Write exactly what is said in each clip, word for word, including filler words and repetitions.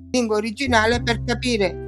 lingua originale per capire.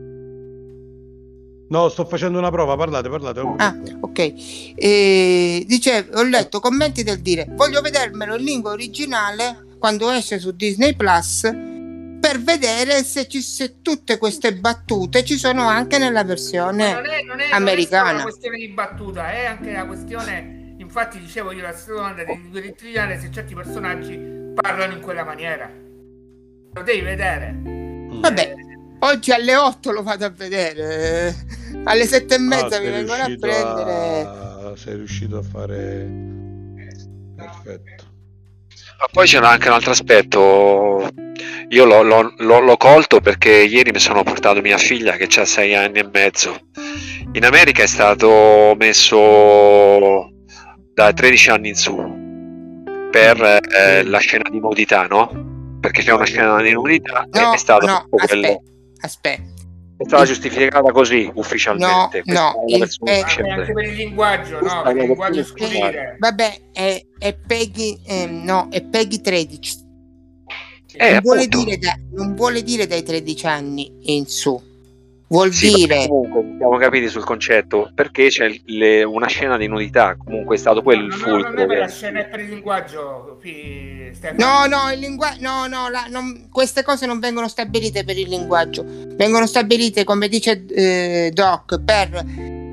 No, sto facendo una prova, parlate, parlate. Ah, ok. E, dice, ho letto commenti del dire voglio vedermelo in lingua originale quando esce su Disney Plus per vedere se, ci, se tutte queste battute ci sono anche nella versione non è, non è, americana. Non è una questione di battuta, è anche la questione, infatti dicevo io la domanda di originale, se certi personaggi parlano in quella maniera. Lo devi vedere. Vabbè, eh. Oggi alle otto lo vado a vedere, alle sette e mezza ah, mi vengono a prendere. A... Sei riuscito a fare... Perfetto. Ma poi c'è anche un altro aspetto, io l'ho, l'ho, l'ho, l'ho colto perché ieri mi sono portato mia figlia che ha sei anni e mezzo. In America è stato messo da tredici anni in su per eh, la scena di nudità, no? Perché c'è una scena di nudità no, e è stato no, aspetta, aspetta. È stata giustificata così ufficialmente. No, no, il pe- anche per il linguaggio, no? Per il linguaggio scurire. Vabbè, è, è Peggy, eh, no, è Peggy tredici. Eh, non, vuole dire da, non vuole dire dai tredici anni in su. Vuol sì, dire. Comunque siamo capiti sul concetto, perché c'è le, una scena di nudità. Comunque è stato quello no, il no, fulcro. Non è per la scena, è per il linguaggio. No, no, il linguaggio. No, no, la, non, queste cose non vengono stabilite per il linguaggio. Vengono stabilite, come dice eh, Doc, per,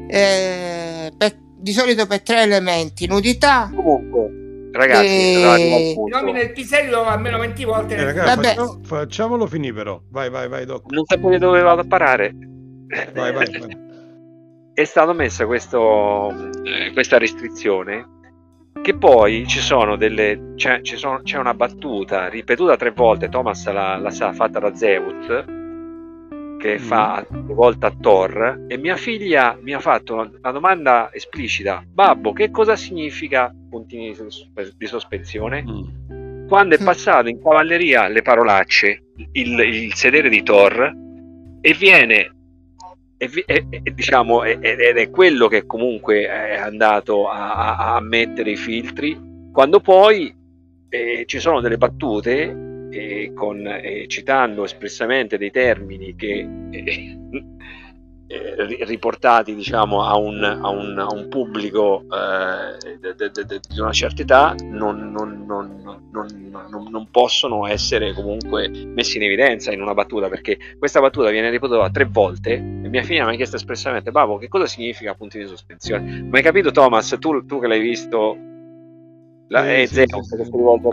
eh, per di solito per tre elementi: nudità. Comunque. Ragazzi, e... nomina il pisello almeno venti volte. Eh, ragazzi, facciamo, facciamolo finire però. Vai, vai, vai, Doc. Non sapevo dove vado a parare. Vai, vai, vai. È stata messa questo, eh, questa restrizione che poi ci sono delle c'è, ci sono, c'è una battuta ripetuta tre volte. Thomas l'ha, l'ha fatta da Zeus, che mm. fa due volte a Thor, e mia figlia mi ha fatto una, una domanda esplicita: babbo, che cosa significa puntini di sospensione? Mm. Quando è passato in cavalleria le parolacce, il, il sedere di Thor, e viene e, e, e diciamo ed è quello che comunque è andato a, a, a mettere i filtri, quando poi eh, ci sono delle battute E con, eh, citando espressamente dei termini che eh, eh, riportati diciamo a un, a un, a un pubblico eh, de, de, de, de, di una certa età non, non, non, non, non, non possono essere comunque messi in evidenza in una battuta, perché questa battuta viene ripetuta tre volte e mia figlia mi ha chiesto espressamente: babbo, che cosa significa punti di sospensione? Ma hai capito, Thomas, tu, tu che l'hai visto? La, eh, sì, Zeus, sì, sì.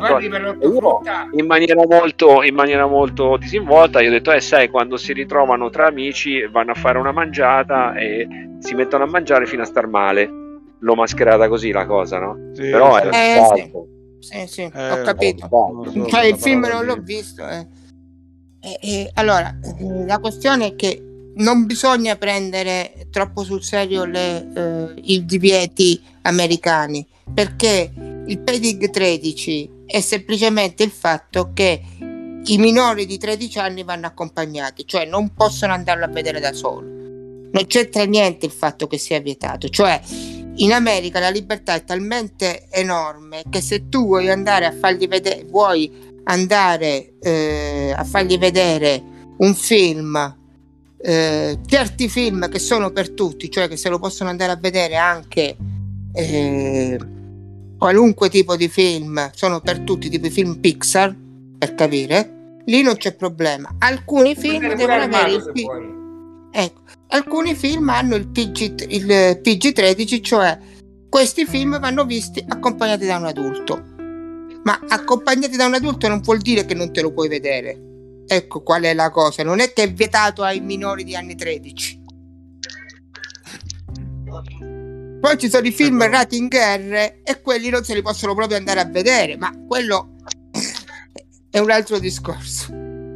In maniera molto in maniera molto disinvolta gli ho detto: eh sai, quando si ritrovano tra amici vanno a fare una mangiata e si mettono a mangiare fino a star male. L'ho mascherata così la cosa, no? Sì, però sì. era eh, sì, sì, sì, eh, ho capito, so, cioè il film non l'ho visto eh. E, e, allora la questione è che non bisogna prendere troppo sul serio le, eh, i divieti americani, perché il Peggy tredici è semplicemente il fatto che i minori di tredici anni vanno accompagnati, cioè non possono andarlo a vedere da solo. Non c'entra niente il fatto che sia vietato, cioè in America la libertà è talmente enorme che se tu vuoi andare a fargli vedere, vuoi andare eh, a fargli vedere un film, eh, certi film che sono per tutti, cioè che se lo possono andare a vedere anche eh, qualunque tipo di film, sono per tutti, tipo i film Pixar, per capire, lì non c'è problema. Alcuni film devono avere il P- ecco, alcuni film hanno il P G, il P G tredici, cioè questi film vanno visti accompagnati da un adulto. Ma accompagnati da un adulto non vuol dire che non te lo puoi vedere. Ecco qual è la cosa, non è che è vietato ai minori di anni tredici. Poi ci sono i film rating R e quelli non se li possono proprio andare a vedere, ma quello è un altro discorso.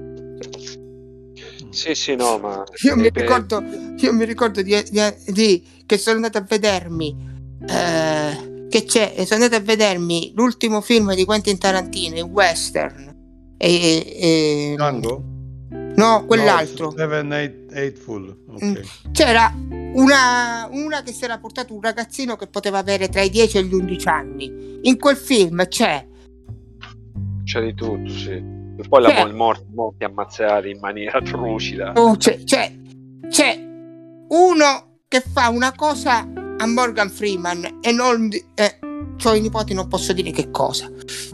Sì, sì, no, ma io mi ricordo, io mi ricordo di, di, di che sono andato a vedermi eh, che c'è, sono andato a vedermi l'ultimo film di Quentin Tarantino, il western. E, e, Django? No, quell'altro. No, Seven Eight Eightful. Okay. C'era una, una che si era portato un ragazzino che poteva avere tra i dieci e gli undici anni. In quel film c'è c'è di tutto, sì. E poi la Cioè- mo- morti, morti ammazzati in maniera trucida. Oh, c'è, c'è, c'è uno che fa una cosa a Morgan Freeman e non di- eh, c'ho i nipoti, non posso dire che cosa,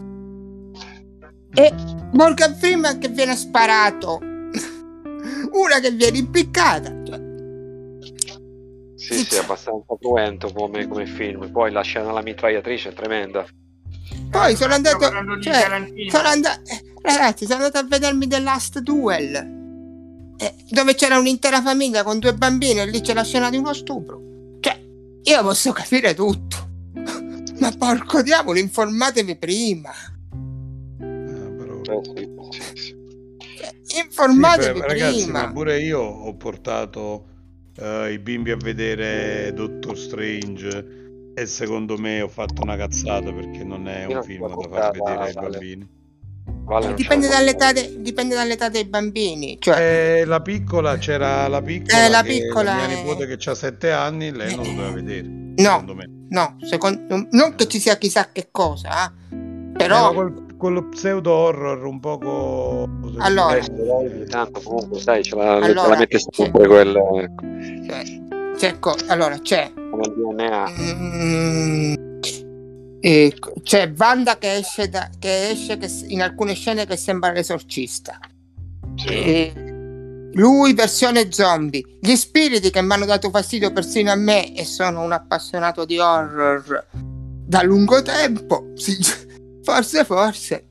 e Morgan Freeman che viene sparato, una che viene impiccata, cioè, Sì, sì, è abbastanza cruento come, come film. Poi la scena della mitragliatrice è tremenda. poi sono andato, Stiamo parlando di cioè, Tarantino. sono andato, eh, ragazzi, sono andato a vedermi The Last Duel, eh, dove c'era un'intera famiglia con due bambini e lì c'è la scena di uno stupro. Cioè, io posso capire tutto, ma porco diavolo, informatevi prima. Ah, però... Eh, sì, sì, sì. Cioè, informatevi Sì, però, ragazzi, prima. ma pure io ho portato eh, i bimbi a vedere Doctor Strange e secondo me ho fatto una cazzata perché non è Io un non film ce l'ho da far portata, vedere ai Vale. bambini. Vale, non ce Dipende l'ho dall'età, portata. de- dipende dall'età dei bambini, cioè, Eh, la piccola, c'era la piccola, Eh, la che piccola la mia è- nipote che ha sette anni, lei non lo Eh, doveva vedere, no, secondo me. no, secondo, non che ci sia chissà che cosa, eh, Eh, però ma quel- quello pseudo horror un poco... Allora, Eh, sì, dai, tanto comunque, sai, ce la, ce la allora, mette c'è, sempre quel cioè, c'è co- allora c'è come il D N A. mm, eh, c'è Wanda che esce, da, che esce che s- in alcune scene che sembra l'esorcista, Sì. eh, lui versione zombie, gli spiriti che mi hanno dato fastidio persino a me e sono un appassionato di horror da lungo tempo, sì, forse forse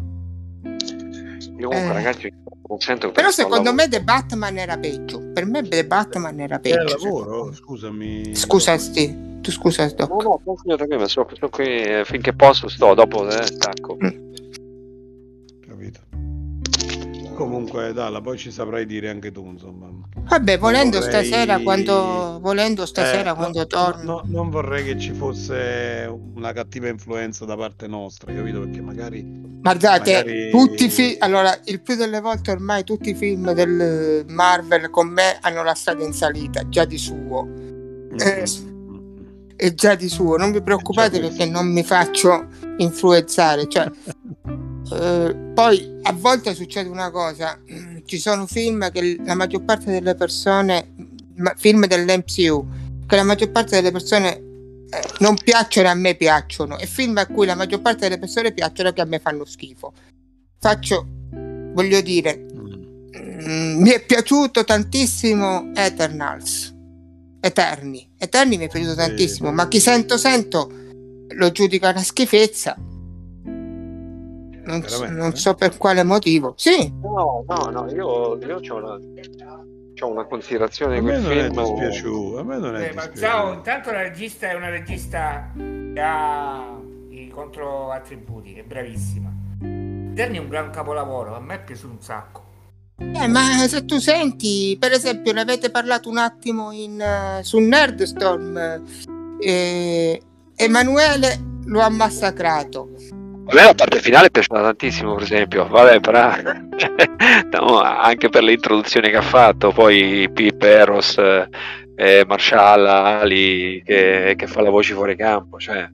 Io comunque, Eh. ragazzi, non sento che però sto al secondo me lavoro. The Batman era peggio, per me The Batman era È al peggio, lavoro? secondo me. Scusami. Scusa Sti, tu scusa Doc. No, no, continua tranquillo, sto, sto qui eh, finché posso, sto, dopo eh, stacco. Capito. Comunque, Dalla, poi ci saprai dire anche tu, insomma. Vabbè, volendo vorrei- stasera quando volendo stasera Eh, quando no, torno. no, non vorrei che ci fosse una cattiva influenza da parte nostra, capito? Perché magari... Guardate, magari- tutti i film, allora il più delle volte ormai tutti i film del Marvel con me hanno la strada in salita, già di suo. Eh, è già di suo, non vi preoccupate È già perché questo. non mi faccio influenzare, cioè eh, poi a volte succede una cosa, ci sono film che la maggior parte delle persone, ma- film dell'M C U, che la maggior parte delle persone eh, non piacciono e a me piacciono, e film a cui la maggior parte delle persone piacciono che a me fanno schifo. Faccio, voglio dire, mm, mi è piaciuto tantissimo Eternals, Eterni, Eterni mi è piaciuto Sì. tantissimo, ma chi sento sento lo giudica una schifezza. Non, so, Veramente? non so per quale motivo. Sì, No, no, no, io, io ho una, c'ho una considerazione A di me quel non è film. dispiaciuto, a me non è Eh, ma Zhao, dispiaciuto. intanto la regista è una regista che ha i controattributi, è bravissima. Danny è un gran capolavoro, a me è piaciuto un sacco. eh, ma se tu senti, per esempio, ne avete parlato un attimo in, eh, su Nerdstorm, eh, Emanuele lo ha massacrato. A me la parte finale è piaciuta tantissimo, per esempio. Vabbè, però no, anche per le introduzioni che ha fatto, poi Pip, Eros, eh, Marshall, Ali che, che fa la voce fuori campo, cioè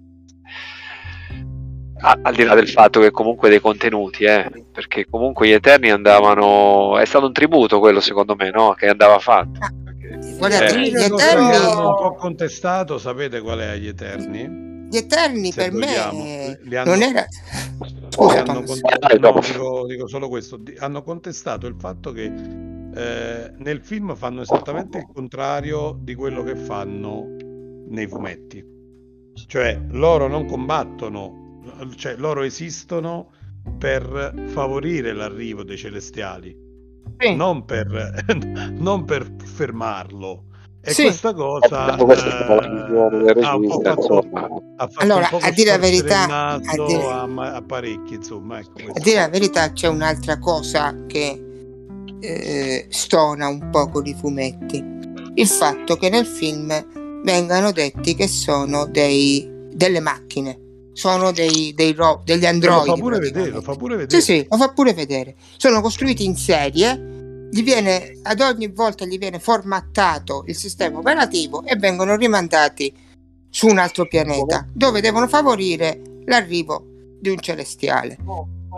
a- al di là del fatto che comunque dei contenuti, eh, perché comunque gli Eterni andavano, è stato un tributo quello secondo me, no? Che andava fatto. Ah, Perché- guardate, eh, gli L'unica cosa Eterni- che hanno un po' contestato, sapete qual è agli Eterni? Gli Eterni Se per vogliamo, me li hanno- non era. Li Scusa, hanno Thomas. contestato, Dai, dopo. no, dico, dico solo questo, di- hanno contestato il fatto che eh, nel film fanno esattamente il contrario di quello che fanno nei fumetti. Cioè loro non combattono, cioè loro esistono per favorire l'arrivo dei celestiali, Sì. non per, non per fermarlo. E Sì. questa cosa Questa è stata la visione del eh, ha un po' regista, fatto, insomma. ha fatto Allora, un po' a dire la storcere verità, il naso a dire- a, ma- a parecchi, insomma, ecco, A questo. dire la verità c'è un'altra cosa che eh, stona un po' con i fumetti, il fatto che nel film vengano detti che sono dei, delle macchine, sono dei, dei ro- degli Eh, androidi. lo fa pure praticamente. vedere, lo fa pure vedere. Sì, sì, lo fa pure vedere. Sono costruiti in serie, gli viene, ad ogni volta gli viene formattato il sistema operativo e vengono rimandati su un altro pianeta dove devono favorire l'arrivo di un celestiale.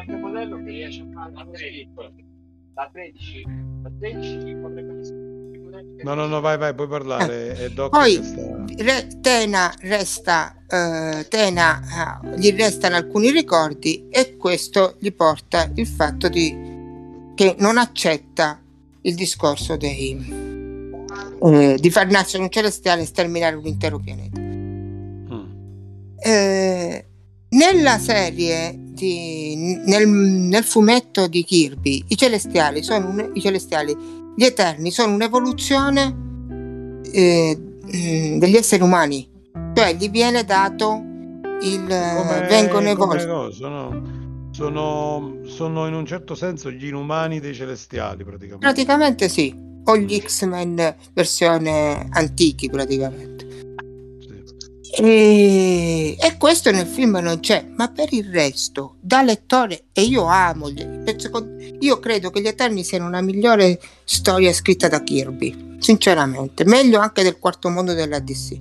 quello che riesce a fare la tredici, la tredici potrebbe essere. No, no, no, vai, vai, puoi parlare. È Doc Poi che sta- Re- Tena resta, eh, Tena eh, gli restano alcuni ricordi e questo gli porta il fatto di che non accetta il discorso dei eh, di far nascere un celestiale e sterminare un intero pianeta. Mm. Eh, nella serie di, nel, nel fumetto di Kirby i celestiali sono un, i celestiali gli eterni sono un'evoluzione eh, mh, degli esseri umani, cioè gli viene dato il Come, vengono come evolti. cosa, sono, sono, sono in un certo senso gli inumani dei celestiali, praticamente. Praticamente sì, o gli X-Men versione antichi praticamente. Sì. E, e questo nel film non c'è, ma per il resto, da lettore, e io amo, gli, penso, io credo che gli Eterni siano una migliore storia scritta da Kirby, sinceramente, meglio anche del Quarto Mondo della D C.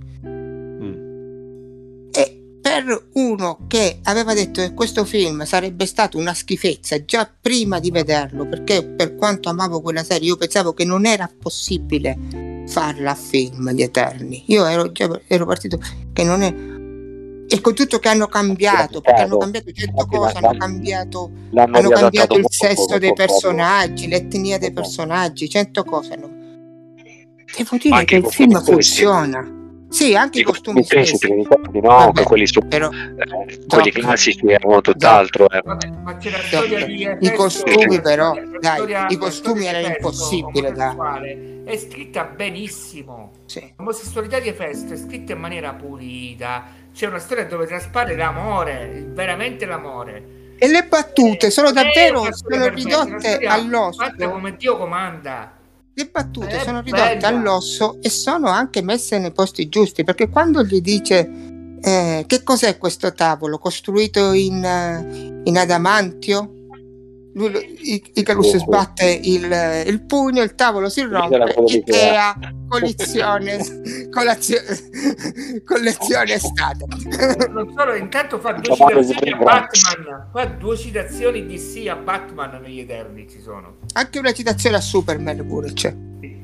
Mm. E per uno che aveva detto che questo film sarebbe stato una schifezza già prima di vederlo, perché per quanto amavo quella serie io pensavo che non era possibile farla a film Gli Eterni, io ero già ero partito che non è, e con tutto che hanno cambiato, perché hanno cambiato cento cose, hanno cambiato L'hanno hanno cambiato il riadattato sesso poco, dei poco, personaggi, l'etnia dei personaggi, cento cose hanno... devo dire Anche che i il film costumi stessi. funziona, sì, anche i I costumi costumi stessi, stessi, te li ricordi, no? Vabbè, Che quelli, su, però eh, quelli Doc, classici erano tutt'altro. eh. Vabbè, ma c'è la Doc, storia di i Efesto, costumi la però, storia- la dai, storia- i la costumi storia di erano Efesto, impossibile da... omosessuale, è scritta benissimo. Sì. L'omosessualità di Efesto è scritta in maniera pulita, c'è una storia dove traspare l'amore, veramente l'amore. E le battute sono Non è davvero una storia sono perfetta, è una ridotte storia all'osso. fatta come Dio comanda. Le battute È sono ridotte bella. all'osso e sono anche messe nei posti giusti, perché quando gli dice eh, che cos'è questo tavolo costruito in, eh, in adamantio, lui, lo- I- Icarus Sì, sì. sbatte il, il pugno, il tavolo si Era rompe, quello di Ikea, collezione, colazio- collezione estate. Non solo, intanto fa due Chiamate citazioni a di Batman, fa due citazioni D C a Batman negli Eterni ci sono. Anche una citazione a Superman pure c'è.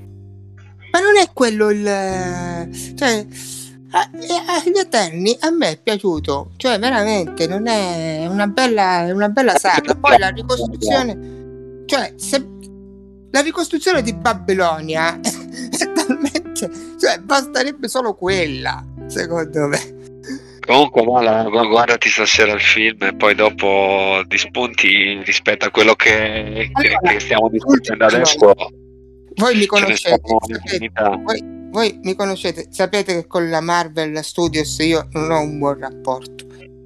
Ma non è quello il... cioè, a- a- gli Eterni a me è piaciuto, cioè veramente non è una bella, è una bella saga. Poi la ricostruzione, cioè se, la ricostruzione di Babilonia è talmente, cioè basterebbe solo quella, secondo me. Comunque, guarda, guardati stasera il film e poi dopo ti spunti rispetto a quello che, che- Allora, che stiamo discutendo allora, adesso. Voi mi Ce ne conoscete, stanno sapete, un'infinità. voi, voi mi conoscete, sapete che con la Marvel Studios io non ho un buon rapporto.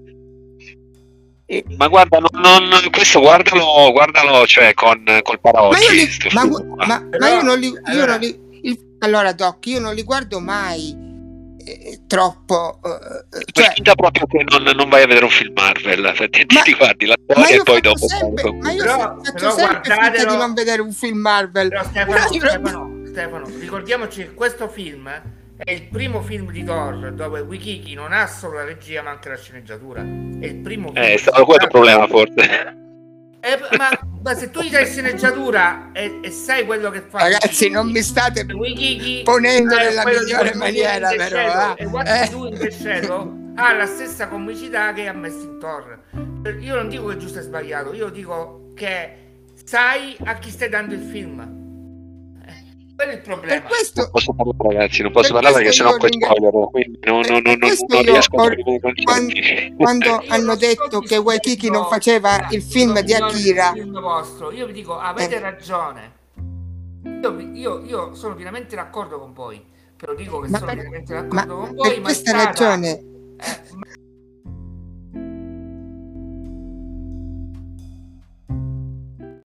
E- Ma guarda, non, non- questo guardalo, guardalo, cioè con col ma io paraocchi. li, sto ma, film qua. ma- ma io non li, io Allora- non li il- allora Doc, io non li guardo mai eh, troppo, eh, cioè, Finta proprio che non, non vai a vedere un film Marvel, ti, ti Ma- guardi la ma storia io e poi faccio dopo sempre, fai- ma io Però- se- faccio però sempre finta guardatelo- di non vedere un film Marvel. Però Stefano, Però io- Stefano, Stefano, ricordiamoci che questo film è il primo film di Thor dove Wikiki non ha solo la regia ma anche la sceneggiatura. È il primo film. Eh, è stato quello il problema forse. Eh, ma, ma se tu gli dai sceneggiatura e, e sai quello che fa Ragazzi, non mi state Wikiki ponendo è nella quello di migliore What maniera, We Do in the però, Shadow, eh. e What Eh. We Do in the Shadow ha la stessa comicità che ha messo in Thor. Io non dico che è giusto e sbagliato, io dico che sai a chi stai dando il film. Eh, quello è il Per problema. questo Non posso parlare, ragazzi, non posso Per parlare perché questo sennò io poi ringra- spoiler, quindi non, per- non, per non, non, questo non io riesco a ho- fare i concetti. quando, quando Io hanno non sto detto che Waikiki discutendo non faceva il film di l'opinione Akira, del film vostro. Io vi dico, avete Eh. ragione. Io, io, io sono pienamente d'accordo con voi. Però dico che Ma sono per- pienamente ma d'accordo con per voi. Ma è questa stata ragione